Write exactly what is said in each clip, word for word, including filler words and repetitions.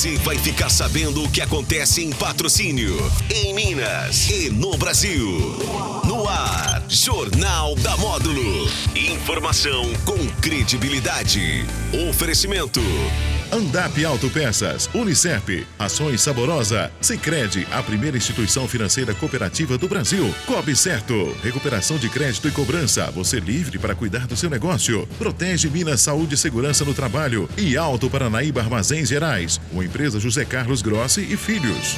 Você vai ficar sabendo o que acontece em Patrocínio, em Minas e no Brasil. No ar, Jornal da Módulo. Informação com credibilidade. Oferecimento. Andap Autopeças, Unicep, Ações Saborosa, Sicredi, a primeira instituição financeira cooperativa do Brasil. Cobre Certo, recuperação de crédito e cobrança, você livre para cuidar do seu negócio. Protege Minas Saúde e Segurança no Trabalho e Alto Paranaíba Armazéns Gerais, uma empresa José Carlos Grossi e Filhos.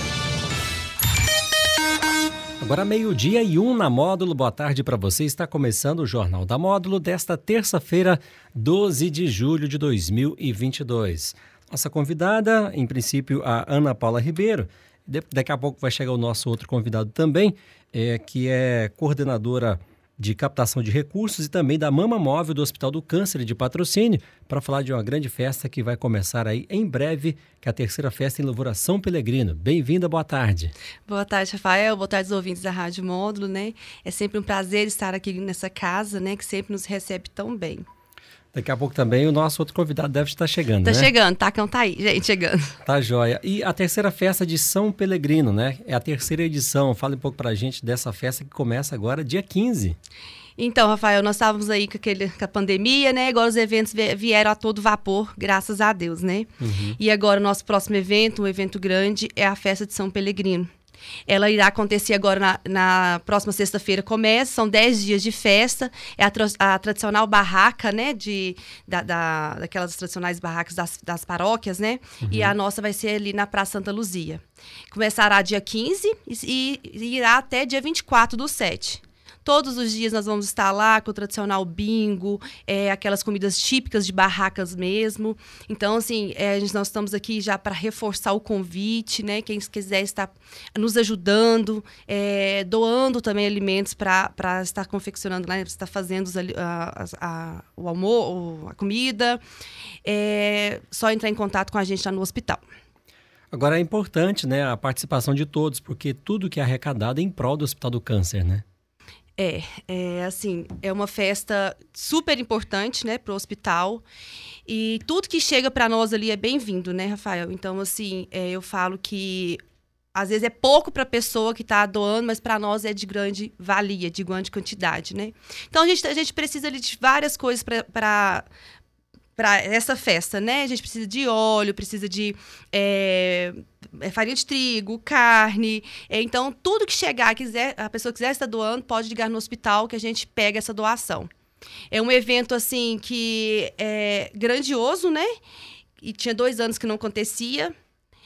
Agora meio-dia e um na Módulo. Boa tarde para você. Está começando o Jornal da Módulo desta terça-feira, doze de julho de dois mil e vinte e dois. Nossa convidada, em princípio, a Ana Paula Ribeiro. De- daqui a pouco vai chegar o nosso outro convidado também, é, que é coordenadora de captação de recursos e também da Mama Móvel do Hospital do Câncer de Patrocínio, para falar de uma grande festa que vai começar aí em breve, que é a terceira festa em louvor a São Pelegrino. Bem-vinda, boa tarde. Boa tarde, Rafael. Boa tarde aos ouvintes da Rádio Módulo, né? É sempre um prazer estar aqui nessa casa, né? Que sempre nos recebe tão bem. Daqui a pouco também o nosso outro convidado deve estar chegando, Tá né? chegando, tá? Tá aí, gente, chegando. Tá joia. E a terceira festa de São Pelegrino, né? É a terceira edição. Fala um pouco pra gente dessa festa que começa agora dia quinze. Então, Rafael, nós estávamos aí com, aquele, com a pandemia, né? Agora os eventos vieram a todo vapor, graças a Deus, né? Uhum. E agora o nosso próximo evento, um evento grande, é a festa de São Pelegrino. Ela irá acontecer agora na, na próxima sexta-feira, começa, são dez dias de festa, é a, tra- a tradicional barraca, né, de, da, da, daquelas tradicionais barracas das, das paróquias, né, uhum. E a nossa vai ser ali na Praça Santa Luzia. Começará dia quinze e, e irá até dia vinte e quatro do sete. Todos os dias nós vamos estar lá com o tradicional bingo, é, aquelas comidas típicas de barracas mesmo. Então, assim, é, nós estamos aqui já para reforçar o convite, né? Quem quiser estar nos ajudando, é, doando também alimentos para estar confeccionando lá, para estar fazendo os, a, a, o almoço, a comida. É só entrar em contato com a gente lá no hospital. Agora é importante, né, a participação de todos, porque tudo que é arrecadado é em prol do Hospital do Câncer, né? É, é assim, é uma festa super importante, né, para o hospital, e tudo que chega para nós ali é bem-vindo, né, Rafael? Então, assim, é, eu falo que às vezes é pouco para a pessoa que está doando, mas para nós é de grande valia, de grande quantidade, né? Então, a gente, a gente precisa ali de várias coisas para para essa festa, né? A gente precisa de óleo, precisa de é, farinha de trigo, carne. É, então, tudo que chegar, quiser, a pessoa quiser estar doando, pode ligar no hospital que a gente pega essa doação. É um evento, assim, que é grandioso, né? E tinha dois anos que não acontecia.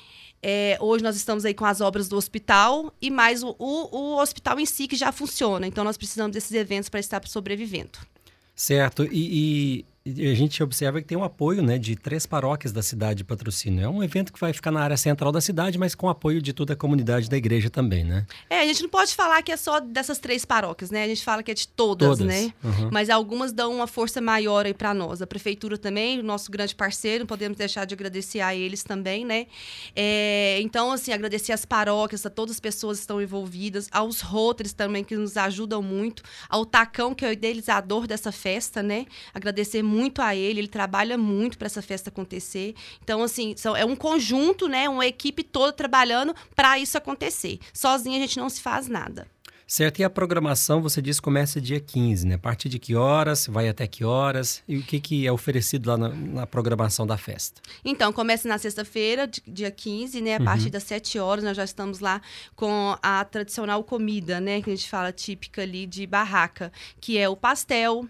É, hoje nós estamos aí com as obras do hospital e mais o, o, o hospital em si que já funciona. Então, nós precisamos desses eventos para estar sobrevivendo. Certo. E... e... E a gente observa que tem um apoio, né, de três paróquias da cidade de Patrocínio. É um evento que vai ficar na área central da cidade, mas com apoio de toda a comunidade da igreja também, né? É, a gente não pode falar que é só dessas três paróquias, né? A gente fala que é de todas, todas. né? Uhum. Mas algumas dão uma força maior aí para nós. A prefeitura também, o nosso grande parceiro, não podemos deixar de agradecer a eles também, né? É, então, assim, agradecer às paróquias, a todas as pessoas que estão envolvidas, aos Rotaries também, que nos ajudam muito, ao Tacão, que é o idealizador dessa festa, né? Agradecer muito muito a ele, ele trabalha muito para essa festa acontecer. Então, assim, são, é um conjunto, né? Uma equipe toda trabalhando para isso acontecer. Sozinha a gente não se faz nada. Certo, e a programação, você disse, começa dia quinze, né? A partir de que horas, vai até que horas? E o que, que é oferecido lá na, na programação da festa? Então, começa na sexta-feira, dia quinze, né? A uhum. partir das sete horas, nós já estamos lá com a tradicional comida, né? Que a gente fala típica ali de barraca, que é o pastel.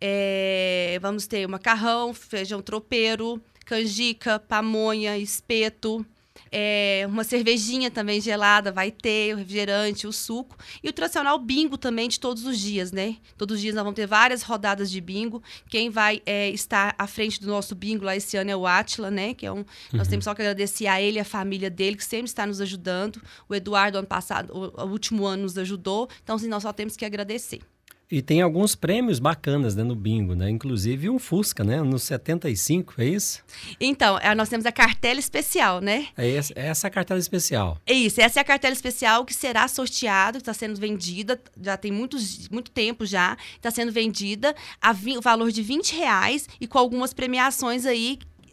É, vamos ter o macarrão, feijão tropeiro, canjica, pamonha, espeto, é, uma cervejinha também gelada, vai ter, o refrigerante, o suco. E o tradicional bingo também de todos os dias, né? Todos os dias nós vamos ter várias rodadas de bingo. Quem vai é, estar à frente do nosso bingo lá esse ano é o Átila, né? Que é um, uhum. Nós temos só que agradecer a ele e a família dele, que sempre está nos ajudando. O Eduardo, ano passado, o, o último ano, nos ajudou. Então, assim, nós só temos que agradecer. E tem alguns prêmios bacanas, né, no bingo, né? Inclusive um Fusca, né? No setenta e cinco, é isso? Então, nós temos a cartela especial, né? É essa, é essa a cartela especial. É isso, essa é a cartela especial que será sorteada, que está sendo vendida, já tem muitos, muito tempo já, está sendo vendida a vi, o valor de vinte reais e com algumas premiações aí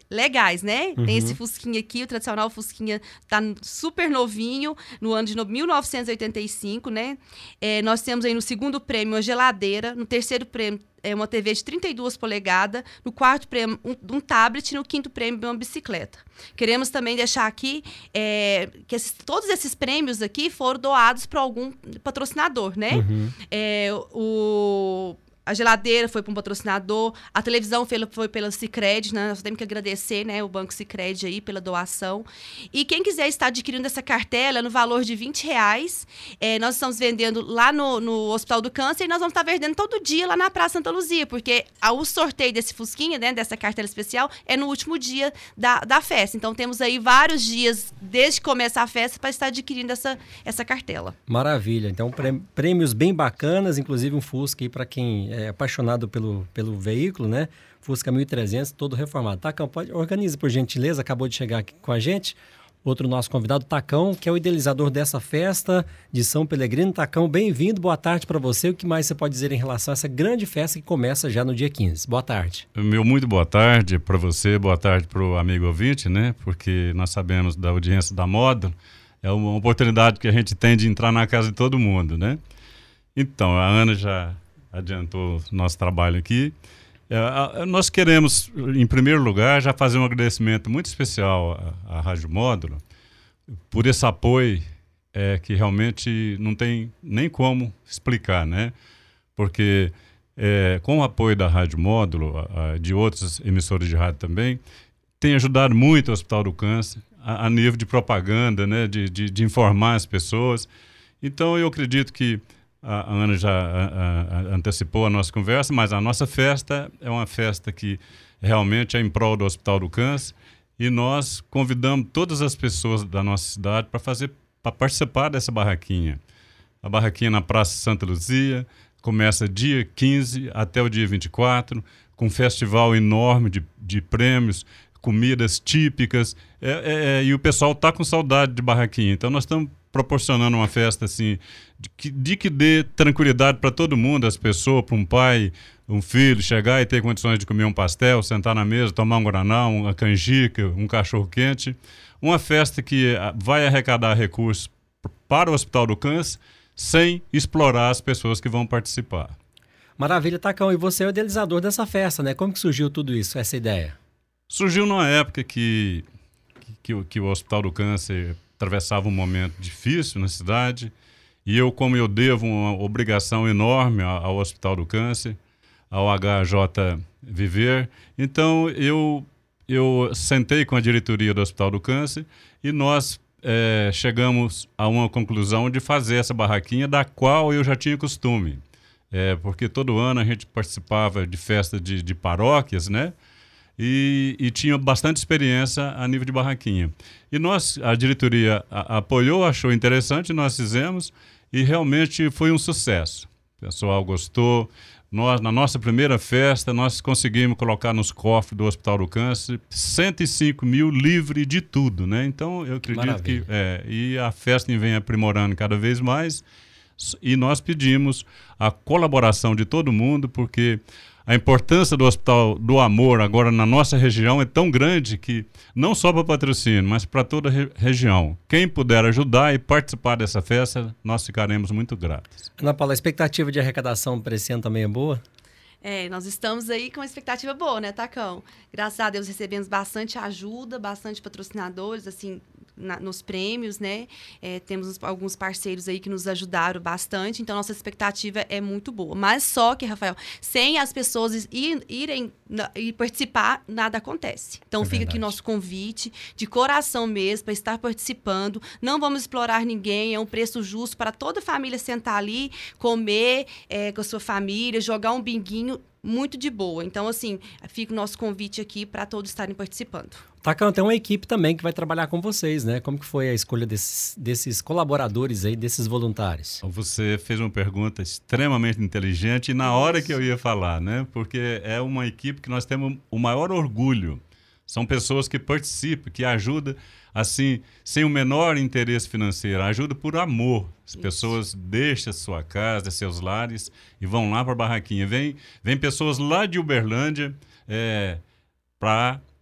legais, né? Uhum. Tem esse Fusquinha aqui, o tradicional Fusquinha tá super novinho, no ano de mil novecentos e oitenta e cinco, né? É, nós temos aí no segundo prêmio uma geladeira, no terceiro prêmio é uma T V de trinta e duas polegadas, no quarto prêmio um, um tablet e no quinto prêmio uma bicicleta. Queremos também deixar aqui é, que esses, todos esses prêmios aqui foram doados para algum patrocinador, né? Uhum. É, o... A geladeira foi para um patrocinador, a televisão foi, foi pela Sicredi, né? Nós temos que agradecer, né, o Banco Sicredi aí pela doação. E quem quiser estar adquirindo essa cartela no valor de vinte reais, é, nós estamos vendendo lá no, no Hospital do Câncer e nós vamos estar vendendo todo dia lá na Praça Santa Luzia, porque a, o sorteio desse Fusquinha, né, dessa cartela especial, é no último dia da, da festa. Então temos aí vários dias desde que começa a festa para estar adquirindo essa, essa cartela. Maravilha. Então prêmios bem bacanas, inclusive um Fusca aí para quem é apaixonado pelo, pelo veículo, né? Fusca mil e trezentos, todo reformado. Tacão, pode, organiza por gentileza, acabou de chegar aqui com a gente. Outro nosso convidado, Tacão, que é o idealizador dessa festa de São Pelegrino. Tacão, bem-vindo, boa tarde para você. O que mais você pode dizer em relação a essa grande festa que começa já no dia quinze? Boa tarde. Meu muito boa tarde para você, boa tarde para o amigo ouvinte, né? Porque nós sabemos da audiência da Módulo, é uma oportunidade que a gente tem de entrar na casa de todo mundo, né? Então, a Ana já adiantou nosso trabalho aqui. É, nós queremos, em primeiro lugar, já fazer um agradecimento muito especial à, à Rádio Módulo por esse apoio é, que realmente não tem nem como explicar, né? Porque é, com o apoio da Rádio Módulo, a, a, de outras emissoras de rádio também, tem ajudado muito o Hospital do Câncer a, a nível de propaganda, né? de, de, de informar as pessoas. Então, eu acredito que a Ana já a, a, antecipou a nossa conversa, mas a nossa festa é uma festa que realmente é em prol do Hospital do Câncer e nós convidamos todas as pessoas da nossa cidade para fazer, para participar dessa barraquinha. A barraquinha na Praça Santa Luzia começa dia quinze até o dia vinte e quatro, com um festival enorme de, de prêmios, comidas típicas, é, é, é, e o pessoal está com saudade de barraquinha. Então nós estamos proporcionando uma festa assim, de que, de que dê tranquilidade para todo mundo, as pessoas, para um pai, um filho, chegar e ter condições de comer um pastel, sentar na mesa, tomar um guaraná, uma canjica, um cachorro-quente. Uma festa que vai arrecadar recursos para o Hospital do Câncer sem explorar as pessoas que vão participar. Maravilha, Tacão. E você é o idealizador dessa festa, né? Como que surgiu tudo isso, essa ideia? Surgiu numa época que, que, que, que o Hospital do Câncer atravessava um momento difícil na cidade e eu, como eu devo uma obrigação enorme ao Hospital do Câncer, ao H J Viver, então eu, eu sentei com a diretoria do Hospital do Câncer e nós é, chegamos a uma conclusão de fazer essa barraquinha da qual eu já tinha costume, é, porque todo ano a gente participava de festa de, de paróquias, né? E, e tinha bastante experiência a nível de barraquinha. E nós, a diretoria a, apoiou, achou interessante, nós fizemos e realmente foi um sucesso. O pessoal gostou. Nós, na nossa primeira festa, nós conseguimos colocar nos cofres do Hospital do Câncer cento e cinco mil livre de tudo, né? Então, eu acredito Maravilha. que... É, e a festa vem aprimorando cada vez mais e nós pedimos a colaboração de todo mundo, porque a importância do Hospital do Amor agora na nossa região é tão grande que não só para patrocínio, mas para toda a re- região. Quem puder ajudar e participar dessa festa, nós ficaremos muito gratos. Ana Paula, a expectativa de arrecadação para esse ano também é boa? É, nós estamos aí com uma expectativa boa, né, Tacão? Graças a Deus recebemos bastante ajuda, bastante patrocinadores, assim, na, nos prêmios, né? É, temos alguns parceiros aí que nos ajudaram bastante, então nossa expectativa é muito boa. Mas só que, Rafael, sem as pessoas ir, irem na, e participar, nada acontece. Então é fica verdade. Aqui nosso convite, de coração mesmo, para estar participando. Não vamos explorar ninguém, é um preço justo para toda a família sentar ali, comer é, com a sua família, jogar um binguinho, muito de boa. Então, assim, fica o nosso convite aqui para todos estarem participando. Tacão, tem uma equipe também que vai trabalhar com vocês, né? Como que foi a escolha desses, desses colaboradores aí, desses voluntários? Você fez uma pergunta extremamente inteligente e na hora que eu ia falar, né? Porque é uma equipe que nós temos o maior orgulho. São pessoas que participam, que ajudam, assim, sem o menor interesse financeiro, ajudam por amor. As Isso. pessoas deixam sua casa, seus lares e vão lá para a barraquinha. Vem, vem pessoas lá de Uberlândia é, para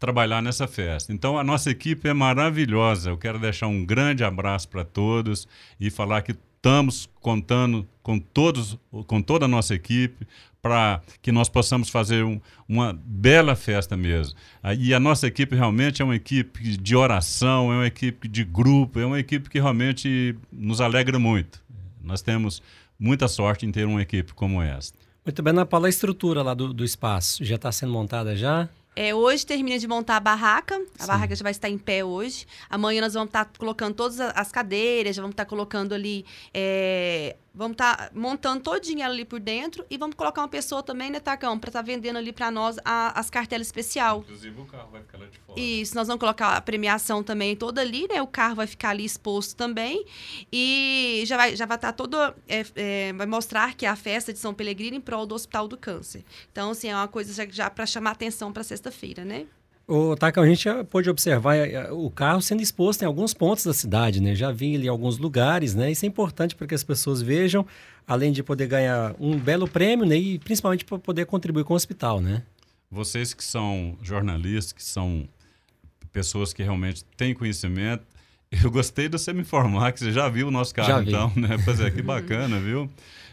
trabalhar nessa festa. Então, a nossa equipe é maravilhosa. Eu quero deixar um grande abraço para todos e falar que estamos contando com, todos, com toda a nossa equipe para que nós possamos fazer um, uma bela festa mesmo. E a nossa equipe realmente é uma equipe de oração, é uma equipe de grupo, é uma equipe que realmente nos alegra muito. Nós temos muita sorte em ter uma equipe como esta. Muito bem, Ana Paula, a estrutura lá do, do espaço já está sendo montada já? É, hoje termina de montar a barraca, a Sim. barraca já vai estar em pé hoje. Amanhã nós vamos estar colocando todas as cadeiras, já vamos estar colocando ali, é, vamos estar montando todinho ela ali por dentro e vamos colocar uma pessoa também, né, Tacão, para estar vendendo ali para nós a, as cartelas especial. Inclusive o carro vai ficar lá de fora. Isso, nós vamos colocar a premiação também toda ali, né, o carro vai ficar ali exposto também e já vai, já vai estar todo, é, é, vai mostrar que é a festa de São Pelegrino em prol do Hospital do Câncer. Então, assim, é uma coisa já, já para chamar atenção para sexta-feira, né? O Tacão, a gente já pôde observar o carro sendo exposto em alguns pontos da cidade, né? Já vi ele em alguns lugares, né? Isso é importante para que as pessoas vejam, além de poder ganhar um belo prêmio, né? E principalmente para poder contribuir com o hospital, né? Vocês que são jornalistas, que são pessoas que realmente têm conhecimento, eu gostei de você me informar que você já viu o nosso carro, já vi. Então, né? Pois é, que bacana, viu?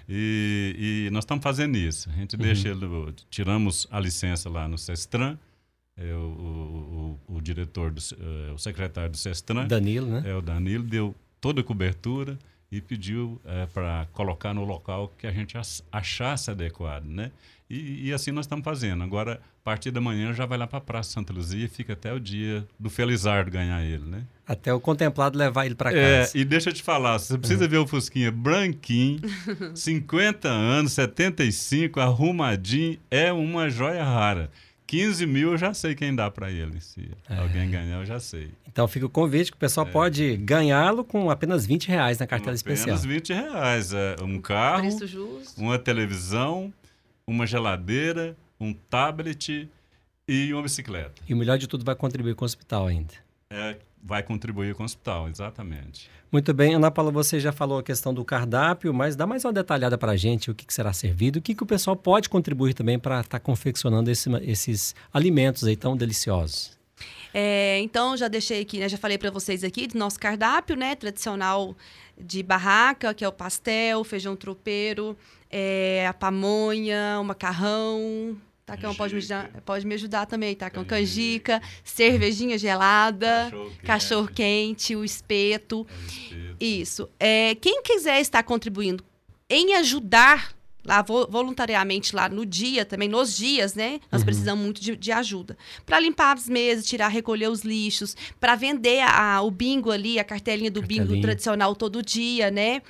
E, e nós estamos fazendo isso. A gente uhum. deixa ele, tiramos a licença lá no Sestran. É, o, o, o, o diretor, do, uh, o secretário do Sestran, Danilo, né? É, o Danilo deu toda a cobertura e pediu é, para colocar no local que a gente achasse adequado, né? E, e assim nós estamos fazendo. Agora, a partir da manhã, já vai lá para a Praça Santa Luzia e fica até o dia do Felizardo ganhar ele, né? Até o contemplado levar ele para casa. É, e deixa eu te falar, você precisa uhum. ver o Fusquinha branquinho, cinquenta anos, setenta e cinco, arrumadinho, é uma joia rara. quinze mil eu já sei quem dá para ele. Se é. alguém ganhar, eu já sei. Então fica o convite que o pessoal é. pode ganhá-lo com apenas vinte reais na cartela com especial. Apenas vinte reais. É um carro, uma televisão, uma geladeira, um tablet e uma bicicleta. E o melhor de tudo, vai contribuir com o hospital ainda. É, vai contribuir com o hospital, exatamente. Muito bem. Ana Paula, você já falou a questão do cardápio, mas dá mais uma detalhada para a gente, o que, que será servido, o que, que o pessoal pode contribuir também para estar tá confeccionando esse, esses alimentos aí tão deliciosos. É, então, já deixei aqui, né, já falei para vocês aqui do nosso cardápio, né, tradicional de barraca, que é o pastel, feijão tropeiro, é, a pamonha, o macarrão... Tacão, pode me, ajudar, pode me ajudar também, Tacão. Canjica, canjica cervejinha gelada, cachorro-quente, o espeto. É espeto. Isso. É, quem quiser estar contribuindo em ajudar lá voluntariamente lá no dia também, nos dias, né? Nós uhum. precisamos muito de, de ajuda. Para limpar as mesas, tirar, recolher os lixos, para vender a, o bingo ali, a cartelinha do cartelinha. bingo tradicional todo dia, né?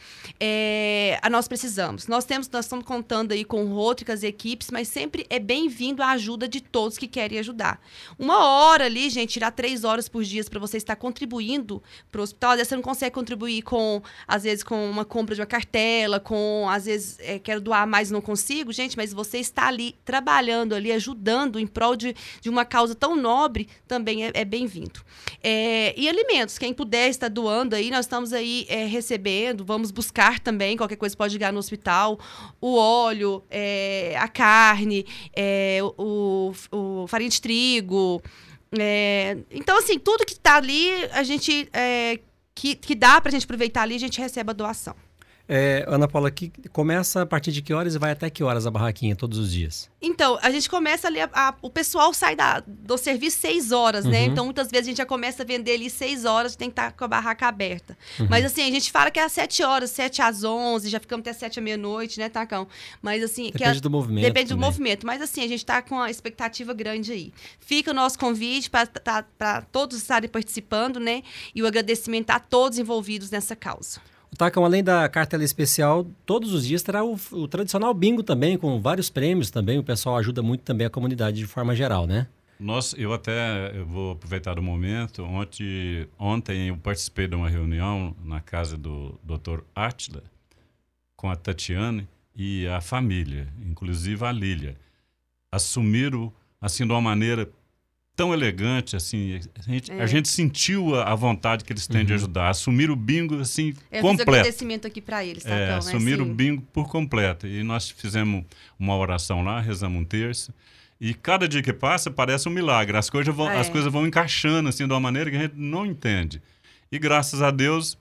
É, a nós precisamos. Nós temos, nós estamos contando aí com outras equipes, mas sempre é bem-vindo a ajuda de todos que querem ajudar. Uma hora ali, gente, tirar três horas por dia para você estar contribuindo para o hospital. Às vezes você não consegue contribuir com, às vezes, com uma compra de uma cartela, com, às vezes, é, quero doar mais não consigo, gente, mas você está ali trabalhando, ali ajudando em prol de, de uma causa tão nobre, também é, é bem-vindo. É, e alimentos, quem puder estar doando aí, nós estamos aí é, recebendo, vamos buscar também, qualquer coisa pode ligar no hospital, o óleo, é, a carne, é, o, o farinha de trigo, é, então assim, tudo que está ali, a gente, é, que, que dá para a gente aproveitar ali, a gente recebe a doação. É, Ana Paula, aqui começa a partir de que horas e vai até que horas a barraquinha, todos os dias? Então, a gente começa ali, a, a, o pessoal sai da, do serviço seis horas, uhum. né? Então, muitas vezes a gente já começa a vender ali seis horas, tem que estar com a barraca aberta. Uhum. Mas assim, a gente fala que é às sete horas, sete às onze, já ficamos até sete à meia-noite, né, Tacão? Mas assim... Depende que é, do movimento. Depende também. do movimento, mas assim, a gente está com uma expectativa grande aí. Fica o nosso convite para todos estarem participando, né? E o agradecimento a todos envolvidos nessa causa. O Tacão, além da cartela especial, todos os dias terá o, o tradicional bingo também, com vários prêmios também. O pessoal ajuda muito também a comunidade de forma geral, né? Nós, eu até eu vou aproveitar o momento. Ontem, ontem eu participei de uma reunião na casa do doutor Átila, com a Tatiane e a família, inclusive a Lília. Assumiram, assim, de uma maneira tão elegante, assim, a gente, é. a gente sentiu a, a vontade que eles têm uhum. de ajudar, assumir o bingo, assim, eu completo. Eu fiz agradecimento aqui para eles, tá? É, então, assumir assim... o bingo por completo. E nós fizemos uma oração lá, rezamos um terço, E cada dia que passa parece um milagre. As coisas vão, Ah, é. as coisas vão encaixando assim, de uma maneira que a gente não entende. E graças a Deus,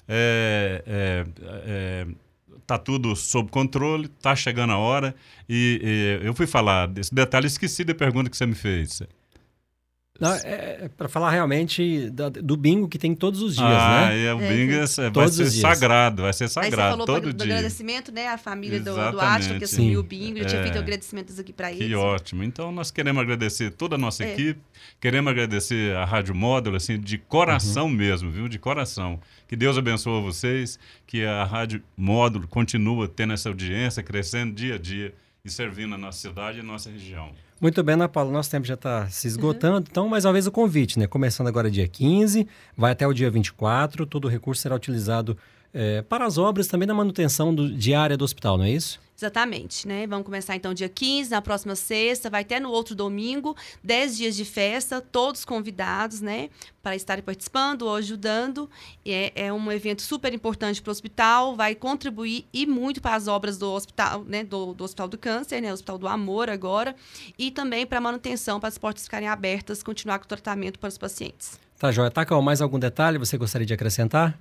é, é, é, tá tudo sob controle, tá chegando a hora. E, e eu fui falar desse detalhe, esqueci da pergunta que você me fez. Não, é, é para falar realmente da, do bingo que tem todos os dias, ah, né? É, o É, bingo é, vai todos ser os dias. sagrado, vai ser Aí você sagrado falou todo do, do dia. agradecimento, né? A família do, do Exatamente. Átila, que assumiu Sim. o bingo. Já tinha É. feito agradecimentos aqui para eles. Que ótimo. Então, nós queremos agradecer toda a nossa É. equipe, queremos agradecer a Rádio Módulo, assim, de coração Uhum. mesmo, viu? De coração. Que Deus abençoe vocês, que a Rádio Módulo continua tendo essa audiência, crescendo dia a dia e servindo a nossa cidade e a nossa região. Muito bem, Ana Paula, nosso tempo já está se esgotando, então mais uma vez o convite, né? Começando agora dia quinze, vai até o dia vinte e quatro, todo o recurso será utilizado eh, para as obras também da manutenção do, diária do hospital, não é isso? Exatamente, né? Vamos começar então dia quinze, na próxima sexta, vai até no outro domingo, dez dias de festa, todos convidados, né? Para estarem participando ou ajudando. É, é um evento super importante para o hospital, vai contribuir e muito para as obras do hospital, né? Do, do Hospital do Câncer, né? Hospital do Amor agora, e também para a manutenção, para as portas ficarem abertas, continuar com o tratamento para os pacientes. Tá, Joia. Tá, mais algum detalhe você gostaria de acrescentar?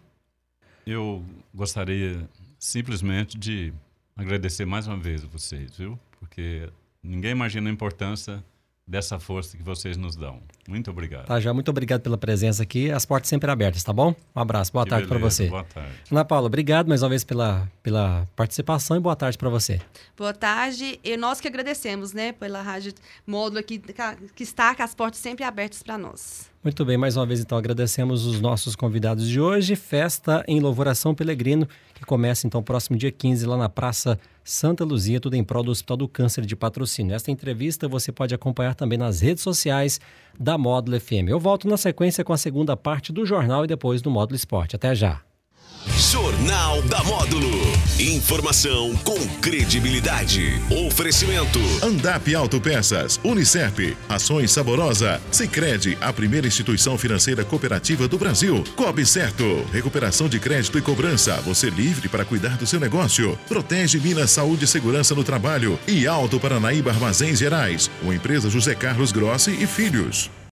Eu gostaria simplesmente de agradecer mais uma vez a vocês, viu? Porque ninguém imagina a importância dessa força que vocês nos dão. Muito obrigado. Tá, já muito obrigado pela presença aqui. As portas sempre abertas, tá bom? Um abraço, boa Que tarde para beleza, você. Boa tarde. Ana Paula, obrigado mais uma vez pela, pela participação e boa tarde para você. Boa tarde. E nós que agradecemos, né? Pela Rádio Módulo aqui, que está com as portas sempre abertas para nós. Muito bem, mais uma vez então agradecemos os nossos convidados de hoje. Festa em Louvor a São Pelegrino, que começa então próximo dia quinze lá na Praça Santa Luzia, tudo em prol do Hospital do Câncer de Patrocínio. Esta entrevista você pode acompanhar também nas redes sociais da Módulo F M. Eu volto na sequência com a segunda parte do jornal e depois do Módulo Esporte. Até já. Jornal da Módulo. Informação com credibilidade. Oferecimento. Andap Autopeças, Unicep, Ações Saborosa, Sicredi, a primeira instituição financeira cooperativa do Brasil. Cobre Certo, recuperação de crédito e cobrança, você livre para cuidar do seu negócio. Protege Minas Saúde e Segurança no Trabalho e Alto Paranaíba Armazéns Gerais, uma empresa José Carlos Grossi e Filhos.